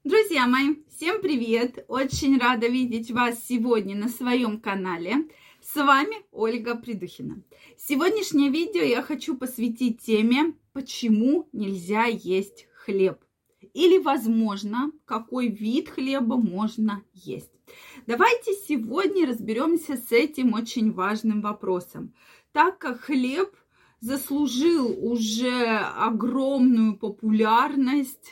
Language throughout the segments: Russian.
Друзья мои, всем привет! Очень рада видеть вас сегодня на своем канале. С вами Ольга Придухина. Сегодняшнее видео я хочу посвятить теме, почему нельзя есть хлеб. Или, возможно, какой вид хлеба можно есть. Давайте сегодня разберемся с этим очень важным вопросом. Так как хлеб заслужил уже огромную популярность,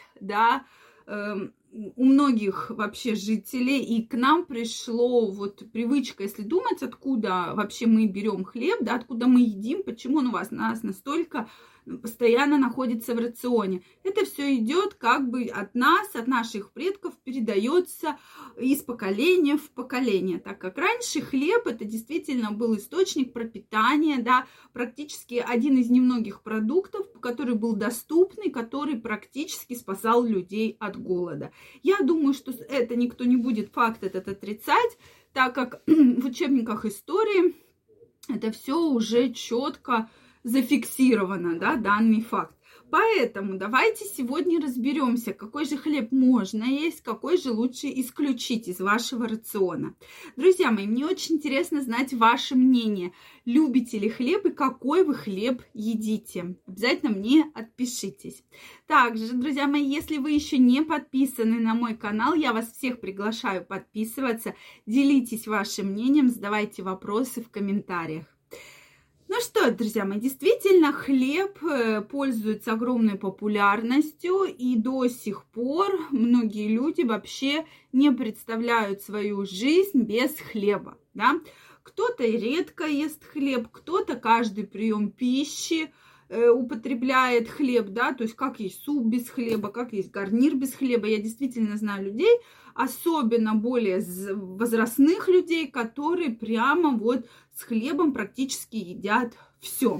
у многих вообще жителей, и к нам пришло вот привычка, если думать, откуда вообще мы берем хлеб, откуда мы едим, почему он у нас настолько постоянно находится в рационе. Это все идет как бы от нас, от наших предков, передается из поколения в поколение, так как раньше хлеб это действительно был источник пропитания, практически один из немногих продуктов, который был доступный, который практически спасал людей от голода. Я думаю, что это никто не будет факт этот отрицать, так как в учебниках истории это все уже четко зафиксировано, данный факт. Поэтому давайте сегодня разберемся, какой же хлеб можно есть, какой же лучше исключить из вашего рациона. Друзья мои, мне очень интересно знать ваше мнение. Любите ли хлеб и какой вы хлеб едите? Обязательно мне отпишитесь. Также, друзья мои, если вы еще не подписаны на мой канал, я вас всех приглашаю подписываться. Делитесь вашим мнением, задавайте вопросы в комментариях. Ну что, друзья мои, действительно, хлеб пользуется огромной популярностью, и до сих пор многие люди вообще не представляют свою жизнь без хлеба, Кто-то редко ест хлеб, кто-то каждый прием пищи употребляет хлеб, то есть как есть суп без хлеба, как есть гарнир без хлеба. Я действительно знаю людей, особенно более возрастных людей, которые прямо вот с хлебом практически едят все.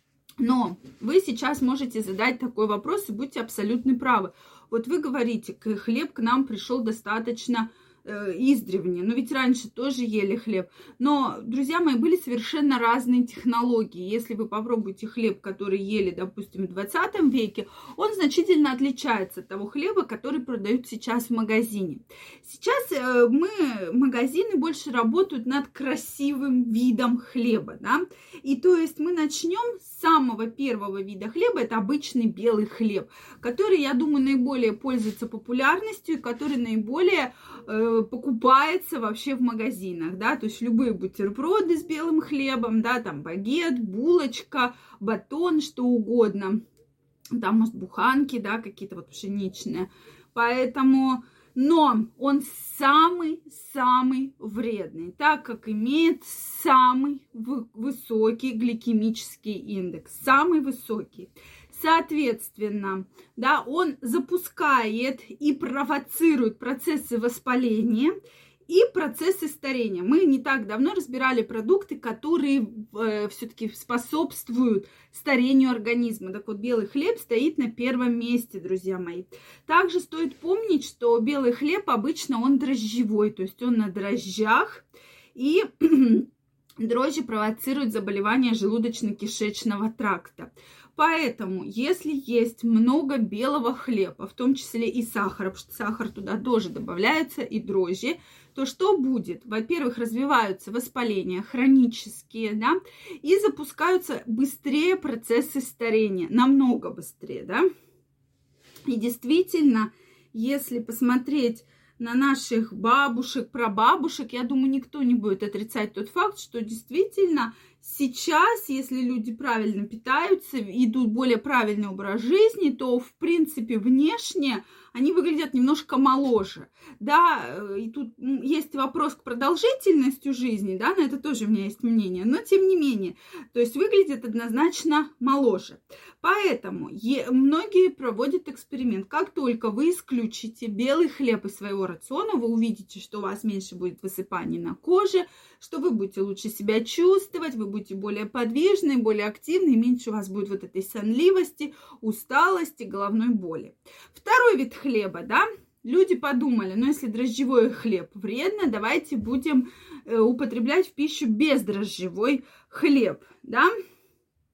Но вы сейчас можете задать такой вопрос и будьте абсолютно правы. Вот вы говорите, хлеб к нам пришел достаточно издревле, но ведь раньше тоже ели хлеб. Но, друзья мои, были совершенно разные технологии. Если вы попробуете хлеб, который ели, допустим, в 20 веке, он значительно отличается от того хлеба, который продают сейчас в магазине. Сейчас магазины больше работают над красивым видом хлеба, И то есть мы начнем с самого первого вида хлеба, это обычный белый хлеб, который, я думаю, наиболее пользуется популярностью и который наиболее покупается вообще в магазинах, то есть любые бутерброды с белым хлебом, там багет, булочка, батон, что угодно, там, может, буханки, какие-то вот пшеничные, поэтому, но он самый-самый вредный, так как имеет самый высокий гликемический индекс, самый высокий. Соответственно, он запускает и провоцирует процессы воспаления и процессы старения. Мы не так давно разбирали продукты, которые все-таки способствуют старению организма. Так вот, белый хлеб стоит на первом месте, друзья мои. Также стоит помнить, что белый хлеб обычно он дрожжевой, то есть он на дрожжах, и дрожжи провоцируют заболевания желудочно-кишечного тракта. Поэтому, если есть много белого хлеба, в том числе и сахара, потому что сахар туда тоже добавляется, и дрожжи, то что будет? Во-первых, развиваются воспаления хронические, и запускаются быстрее процессы старения, намного быстрее, И действительно, если посмотреть на наших бабушек, прабабушек, я думаю, никто не будет отрицать тот факт, что действительно сейчас, если люди правильно питаются, идут более правильный образ жизни, то, в принципе, внешне они выглядят немножко моложе, и тут есть вопрос к продолжительности жизни, на это тоже у меня есть мнение, но тем не менее, то есть выглядят однозначно моложе. Поэтому многие проводят эксперимент. Как только вы исключите белый хлеб из своего рациона, вы увидите, что у вас меньше будет высыпаний на коже, что вы будете лучше себя чувствовать, вы будете более подвижны, более активны, и меньше у вас будет вот этой сонливости, усталости, головной боли. Второй вид хлеба, люди подумали, если дрожжевой хлеб вредно, давайте будем употреблять в пищу бездрожжевой хлеб,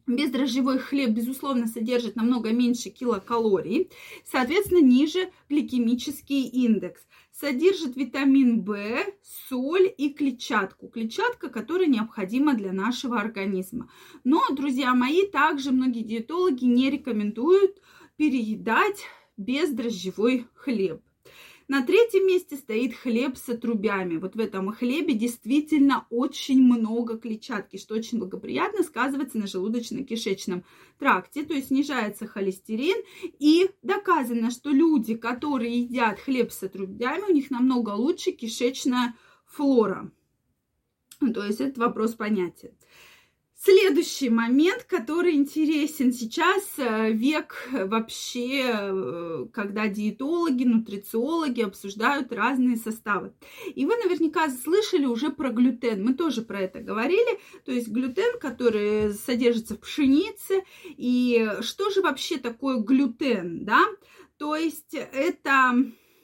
Бездрожжевой хлеб, безусловно, содержит намного меньше килокалорий, соответственно, ниже гликемический индекс. Содержит витамин В, соль и клетчатку. Клетчатка, которая необходима для нашего организма. Но, друзья мои, также многие диетологи не рекомендуют переедать бездрожжевой хлеб. На третьем месте стоит хлеб с отрубями. Вот в этом хлебе действительно очень много клетчатки, что очень благоприятно сказывается на желудочно-кишечном тракте, то есть снижается холестерин. И доказано, что люди, которые едят хлеб с отрубями, у них намного лучше кишечная флора. То есть этот вопрос понятен. Следующий момент, который интересен сейчас, век вообще, когда диетологи, нутрициологи обсуждают разные составы. И вы наверняка слышали уже про глютен, мы тоже про это говорили, то есть глютен, который содержится в пшенице. И что же вообще такое глютен, да? То есть это,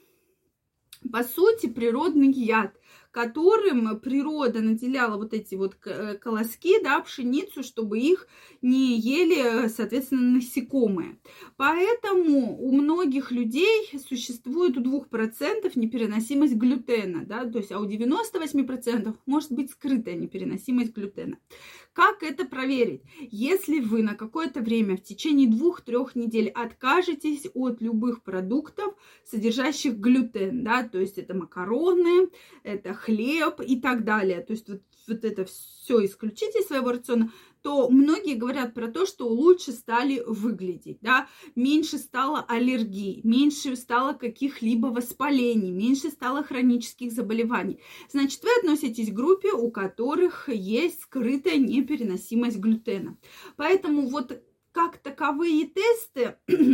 по сути, природный яд, которым природа наделяла вот эти вот колоски, да, пшеницу, чтобы их не ели, соответственно, насекомые. Поэтому у многих людей существует у 2% непереносимость глютена, да, то есть, а у 98% может быть скрытая непереносимость глютена. Как это проверить? Если вы на какое-то время в течение 2-3 недель откажетесь от любых продуктов, содержащих глютен, да, то есть это макароны, это хлеб и так далее, то есть вот это все исключите из своего рациона, то многие говорят про то, что лучше стали выглядеть, да, меньше стало аллергий, меньше стало каких-либо воспалений, меньше стало хронических заболеваний. Значит, вы относитесь к группе, у которых есть скрытая непереносимость глютена. Поэтому вот как таковые тесты,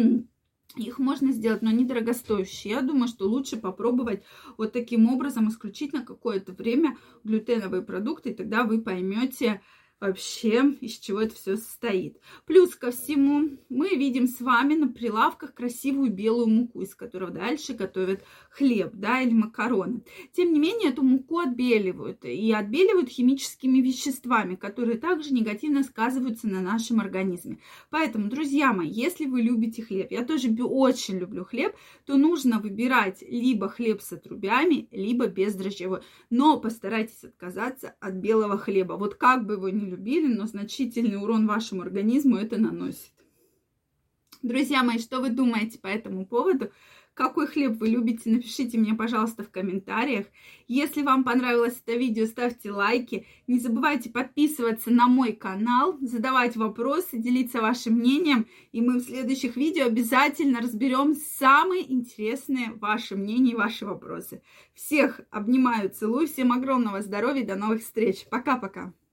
их можно сделать, но они дорогостоящие. Я думаю, что лучше попробовать вот таким образом исключить на какое-то время глютеновые продукты, и тогда вы поймете вообще, из чего это все состоит. Плюс ко всему, мы видим с вами на прилавках красивую белую муку, из которой дальше готовят хлеб, да, или макароны. Тем не менее, эту муку отбеливают, и отбеливают химическими веществами, которые также негативно сказываются на нашем организме. Поэтому, друзья мои, если вы любите хлеб, я тоже очень люблю хлеб, то нужно выбирать либо хлеб с отрубями, либо бездрожжевой. Но постарайтесь отказаться от белого хлеба. Вот как бы вы ни любили, но значительный урон вашему организму это наносит. Друзья мои, что вы думаете по этому поводу? Какой хлеб вы любите? Напишите мне, пожалуйста, в комментариях. Если вам понравилось это видео, ставьте лайки. Не забывайте подписываться на мой канал, задавать вопросы, делиться вашим мнением. И мы в следующих видео обязательно разберем самые интересные ваши мнения и ваши вопросы. Всех обнимаю, целую. Всем огромного здоровья и до новых встреч. Пока-пока.